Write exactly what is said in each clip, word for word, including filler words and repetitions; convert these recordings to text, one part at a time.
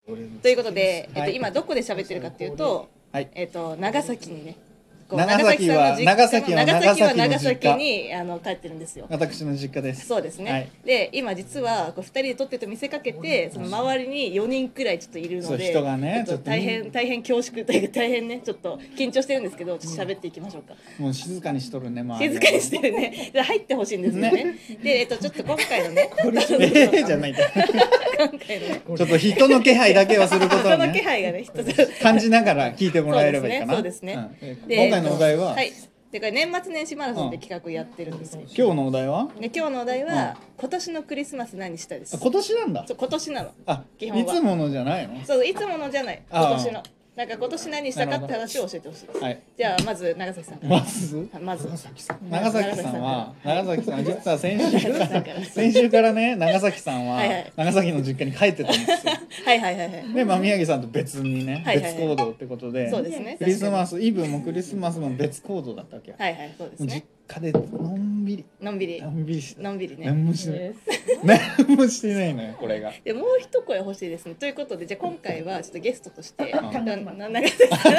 ということで、えっと、 はい、 今どこで喋ってるかっていうと、 はい、 えっと、長崎にね、 長崎は長崎は長崎は長崎にあの帰ってるんですよ。 私の実家です。 そうですね。 はい、 で今実はこうふたりで撮ってると見せかけて、その周りによにんくらいちょっといるので、 人がね、 ちょっと大変大変恐縮というか大変ねちょっと緊張してるんですけど、ちょっと喋っていきましょうか。 もう静かにしとるね、まあ、 静かにしてるね。で入ってほしいんですよね。ねでえっとちょっと今回のね、 えー、じゃないんだ。 今回のね、 ちょっと人の気配だけはすることを人の気ね、 配がね、人感じながら聞いてもらえればいいかな。 そうですね。そうですね。 うん、今回のお題は、 はい。でこれ年末年始マラソンって企画やってるんですよ。 今日のお題は？ で今日のお題は、うん、今年のクリスマス何したです。 今年なんだ。 そう今年なの。 あ、 基本は。 いつものじゃないの？ そういつものじゃない。今年の。なんか今年何したかって話を教えてほしいです。はい、じゃあまず長崎さんから。 まずまず長崎さん。長崎さんは長崎さん実は先週から先週からね長崎さんは長崎の実家に帰ってたんですよ。 はいはいはいはい。 で、まあ宮城さんと別にね別行動ってことで、 そうですね。 クリスマスイブもクリスマスも別行動だったわけよ。 はいはいそうですね。 実家でのんびりのんびりのんびりしてのんびりね。 何もしてない何もしてないのよこれが。 でもう一声欲しいですね。ということでじゃあ今回はちょっとゲストとして長崎さん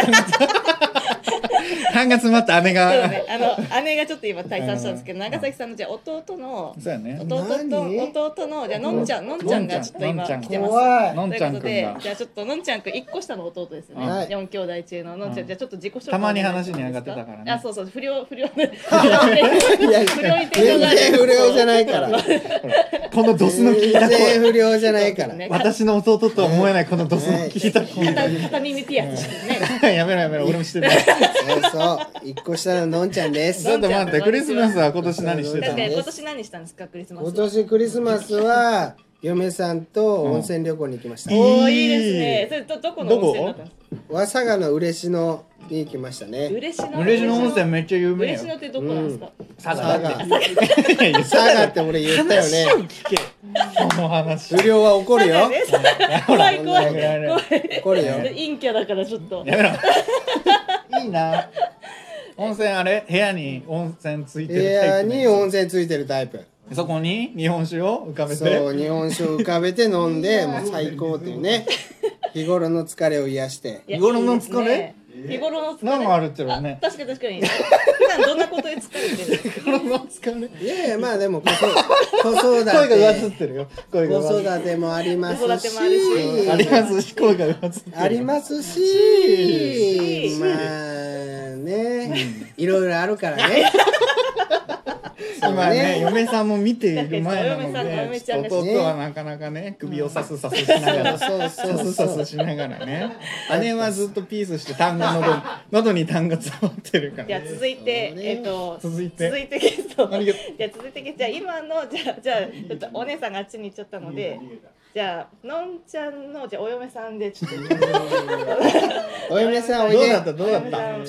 半月待った姉が、 ね、あの姉がちょっと今退散したんですけど、長崎さんのじゃあ弟のそうやね、 弟と弟のじゃあのんちゃんのんちゃんがちょっと今来てます。 のんちゃんくんがじゃあちょっとのんちゃんくんいっこ下の弟ですよね。四兄弟中ののんちゃん、じゃあちょっと自己紹介たまに話に上がってたからね。 あそうそう不良不良不良に定評がある。 全然不良じゃないから。 このドスの効いた全然不良じゃないから。 私の弟とは思えないこのドスの効いた声。 片耳ピアスしてね。やめろやめろ俺もしてる。 そうそう一個下ののんちゃんです。 ちょっと待ってクリスマスは今年何してたの？ 今年何したんですかクリスマス。 今年クリスマスは嫁さんと温泉旅行に行きました。 おおいいですね。それどどこの温泉だったんですか？ 和佐賀の嬉野に行きましたね。 嬉野嬉野温泉めっちゃ有名よ。 嬉野ってどこなんですか？ 佐賀佐賀って俺言ったよね。 この話不良は怒るよ。 怖い怖い怖い怒るよ。 陰キャだからちょっとやめろ。いいな。温泉あれ部屋に温泉ついてる部タイプ。 屋に温泉ついてるタイプ。 そこに日本酒を浮かべて。 そう日本酒を浮かべて飲んでもう最高っていうね。日頃の疲れを癒して。 日頃の疲れ？ 日頃の疲れ。 何があるっていうのね。 確かに確かに。普段どんなことで疲れてる？ 日頃の疲れ。 いやいやまあでも子育て。 声が上ってるよ。声が子育てもありますし。 ありますし声が上ってる。 ありますし。まあねいろいろあるからね。 今ね嫁さんも見ている前なので弟はなかなかね首をさすさすしながらさすさすしながらね姉はずっとピースして痰が喉喉に痰が詰まってるから。 じゃあ続いてえっと続いて続いてゲストじゃあ続いてゲストじゃあ今のじゃあじゃあちょっとお姉さんがあっちに行っちゃったのでじゃあのんちゃんのじゃあお嫁さんでちょっとお嫁さんおいで。 どうだったどうだった。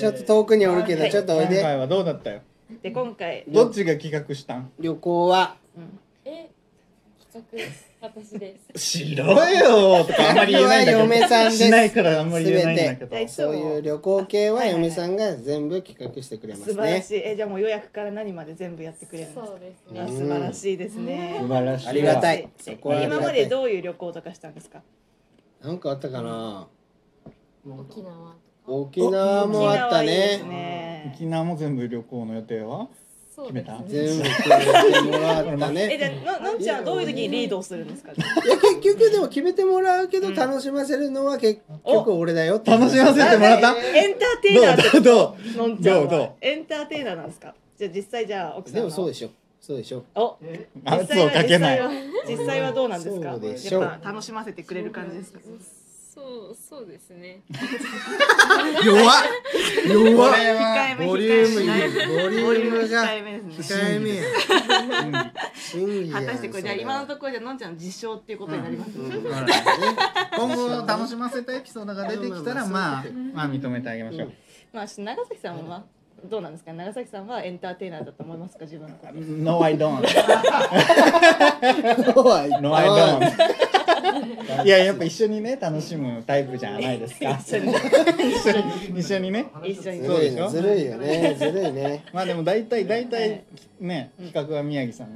ちょっと遠くにおるけどちょっとおいで。 今回はどうだったよ。 で今回どっちが企画したん？ 旅行は、 うん、え企画私です。 しろよとかあんまり言えないんだけど嫁さんです。 しないからあんまり言えないんだけどそういう旅行系は嫁さんが全部企画してくれますね。 素晴らしい。えじゃあもう予約から何まで全部やってくれるんですか？ そうですね。 素晴らしいですね。 素晴らしい。 ありがたい。そこは今までどういう旅行とかしたんですか？ なんかあったかな。 沖縄。 沖縄もあったね。 沖縄も全部旅行の予定は決めた？ 全部決めてもらったね。 えじゃあのんちゃんどういう時にリードをするんですか？いや結局でも決めてもらうけど楽しませるのは結局俺だよって。 楽しませてもらった？ エンターテイナーってどうのんちゃんはエンターテイナーなんですか？じゃあ実際じゃあ奥さんでもそうでしょ。そうでしょ。 お圧をかけない。 実際はどうなんですか？ そうでしょ。 やっぱ楽しませてくれる感じですか？ そうそうですね。 弱っ弱っ。 控えめボリュームいい。ボリュボリュームームが控えめですね。 控えめや。審議や。 果たしてこれじゃあ今のところじゃのんちゃんの実証っていうことになります。 今後楽しませたエピソードが出てきたらまあまあ認めてあげましょう。 まあ長崎さんはどうなんですか？長崎さんはエンターテイナーだと思いますか？自分のこと。 No I don't. No I don't. いややっぱ一緒にね楽しむタイプじゃないですか。一緒に一緒にね。 一緒に。 そうでしょ。ずるいよね。ずるいね。 まあでも大体大体ね企画は宮城さんが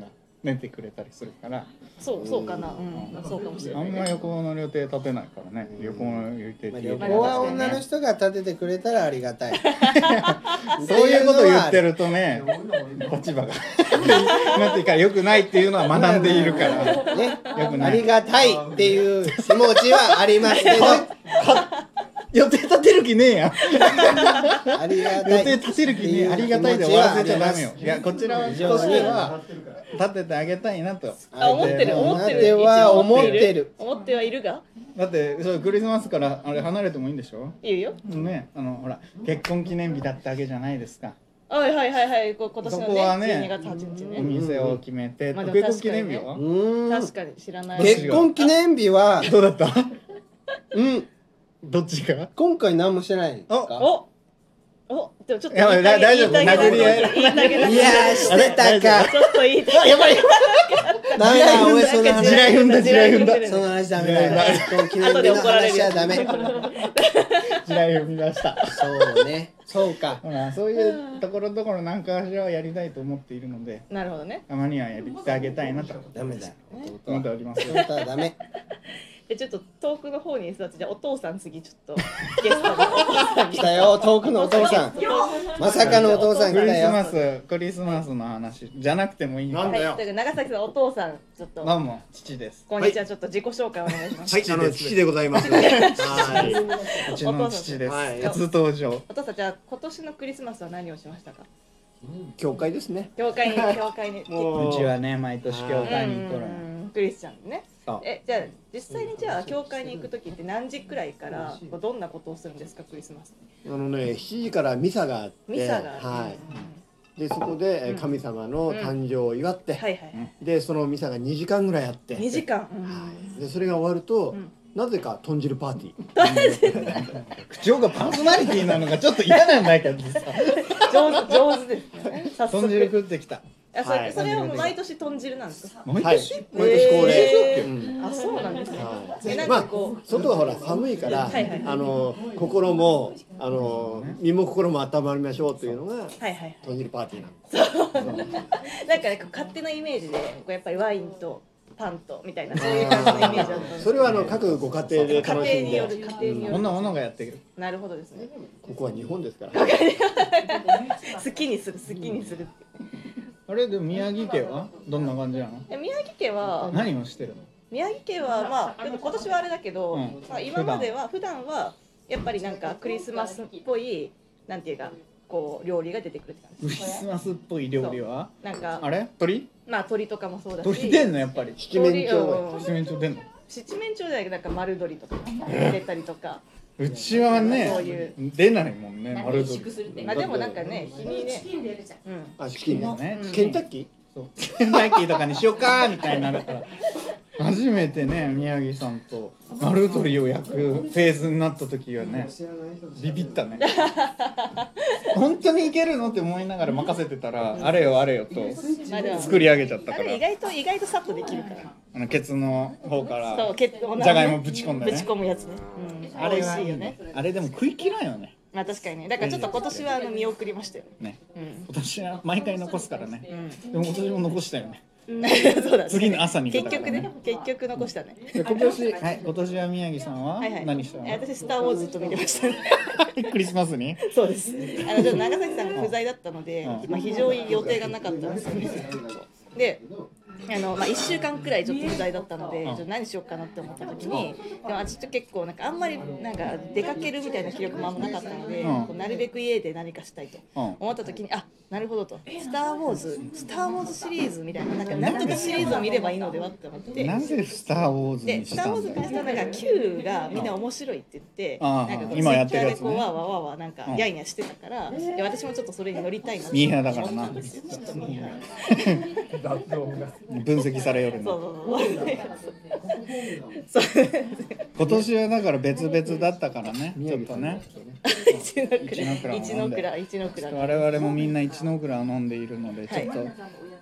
寝てくれたりするからそうそうかな、うん、そうかもしれない、 あんま旅行の予定立てないからね、旅行の予定って旅行は女の人が立ててくれたらありがたいそういうこと言ってるとね立場がなんていうか良くないっていうのは学んでいるからね、 良くないありがたいっていう気持ちはありますけど予定立てる気ねえやありがたい予定立てる気ねえありがたいで終わらせちゃダメよ。いやこちらとしては立ててあげたいなとあ思ってる思ってるあなたは思ってる思ってはいるがだってそうクリスマスからあれ離れてもいいんでしょいいよね、あのほら結婚記念日だったわけじゃないですか。 はいはいはいはいこ今年のねそこはねじゅうにがつはちにちおね店を決めて、 まあでも結婚記念日は、 うーん確かに知らない結婚記念日はどうだったうんどっちが今回何もしてないんですかおおでもちょっとやばいだ大丈夫言いたげ殴り合い言いたげないやーしてたかちょっと言いたげやばいダメだお前そのなんか話地雷踏んだ地雷踏んだその話ダメだよ結婚記念後で日の怒られるよ話はダメ地雷を見出したそうねそうかほらそういうところどころ何かしらはやりたいと思っているのでなるほどねたまにはやってあげたいなとダメだよ思っております。 弟はダメでちょっと遠くの方に座ってじゃあお父さん次ちょっとゲストのお父さんに来たよ遠くのお父さんまさかのお父さん来クリたよスマスクリスマスの話じゃなくてもいいなんだよはい、というか長崎さんお父さんちょっとどうも父です。 こんにちはちょっと自己紹介お願いします、 はい、あの父でございます。はうちの父です。 はい初登場。 お父さんじゃあ今年のクリスマスは何をしましたかい、教会ですね。 教会に教会にもうちはね毎年教会に行くとるの。 うんクリスチャンねそうえじゃあ実際にじゃあ教会に行く時って何時くらいからどんなことをするんですかクリスマスあのね、しちじからミサがあって、 ミサがあるはい。でそこでえ神様の誕生を祝って、 はいはいでそのミサがにじかんぐらいあって、 にじかん、 はいでそれが終わると、 んなぜか豚汁パーティー。 口調がパーソナリティなのがちょっと嫌なんだけどさ。 上手上手ですね早速豚汁食ってきた。 あそれ、 はいそれはもう毎年豚汁なんですかはい、 毎年？ 毎年恒例。 えうんあそうなんですね、 はいえなんまあかこう、 外はほら寒いから、 はいはいあの心もあの身も心も温まりましょうというのがはいはい豚汁パーティーなんです。 なんかねこう勝手なイメージでこうやっぱりワインとパンとみたいなそういう感じのイメージだったんですそれはあの各ご家庭で家庭楽しんによるで、 家庭による、 女女がやってる。 なるほどですねここは日本ですから。 好きにする好きにするってあれでも宮城家はどんな感じなの？ え宮城家は何をしてるの？ 宮城家はまあでも今年はあれだけど、 うんまあ、今までは普段はやっぱりなんかクリスマスっぽいなんていうかこう料理が出てくるって感じクリスマスっぽい料理は？ なんかあれ？鳥？ まあ鶏とかもそうだし鳥出んのやっぱり。 七面鳥うん七面鳥出んの？ 七面鳥じゃないけどなんか丸鶏とか入れたりとかうちはねそういう出ないもんね丸鶏。 まあでもなんかね日にねうんあ、チキンね。 ね。 ケンタッキそうケンタッキーとかにしようかみたいになるから初めてね宮城さんと丸鶏を焼くフェーズになった時はねビビったね本当にいけるのって思いながら任せてたらあれよあれよとまあでも作り上げちゃったからあれ意外と意外とさっとできるからあのケツの方からそうけじゃがいもぶち込んだねぶち込むやつね、うん、あれ美味しいよねあれでも食い切らんよねまあ確かにねだからちょっと今年はあの見送りましたよねうん今年は毎回残すからねうんでも今年も残したよねそうだね次の朝に出結たからね局ね結局残したねで今年はい今年は宮城さんははいはい何したのえ私スターウォーズずっと見てましたねクリスマスにそうですあのちょっと長崎さんが不在だったので、 うんまあ、非常に予定がなかったんですよねずっとであのまあ、いっしゅうかんくらいちょっと不在だったので、 うんちょっと何しようかなって思った時にでも私と結構なんかあんまりなんか出かけるみたいな気力もあんまなかったので、 うんこうなるべく家で何かしたいとうん思った時にあなるほどと「スター・ウォーズ」「スター・ウォーズ」シリーズみたいななんかなんとかシリーズを見ればいいのではって思ってなぜスター・ウォーズで、 にしスター・ウォーズたんだよにしたらなんか Q がみんな面白いって言って、 ああなんかこう今やってるやつね Twitter でこうわーわーわーわーなんかうんやんやしてたから、で私もちょっとそれに乗りたいなってミーハーだからな思ったんですよちょっとミーハー分析されよるそうのそうそうそう今年はだから別々だったからねちょっとね一の一の蔵蔵一の蔵一の蔵我々もみんな一の蔵を飲んでいるのでちはいょっと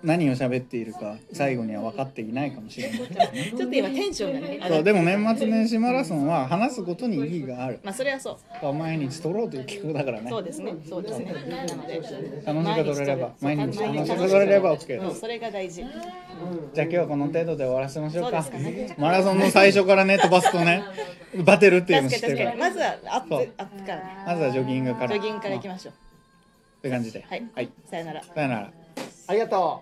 何を喋っているか最後には分かっていないかもしれない。 ちょっと今テンションがね。 そうでも年末年始マラソンは話すことに意義がある。 まあそれはそう。 毎日取ろうという企画だからね。 そうですね。そうですね。なので楽しく取れれば毎日楽しく取取れれば OK です。 うん、それが大事。 じゃあ今日はこの程度で終わらせましょうか。 そうですかね。 マラソンの最初からね飛ばすとねバテるっていうの知ってるか。 確かに確からに。まずはアップそうアップからね。 まずはジョギングから。 ジョギングから行きましょう。 という感じで。 はい。 はい。 さよなら。 さよなら。 ありがとう。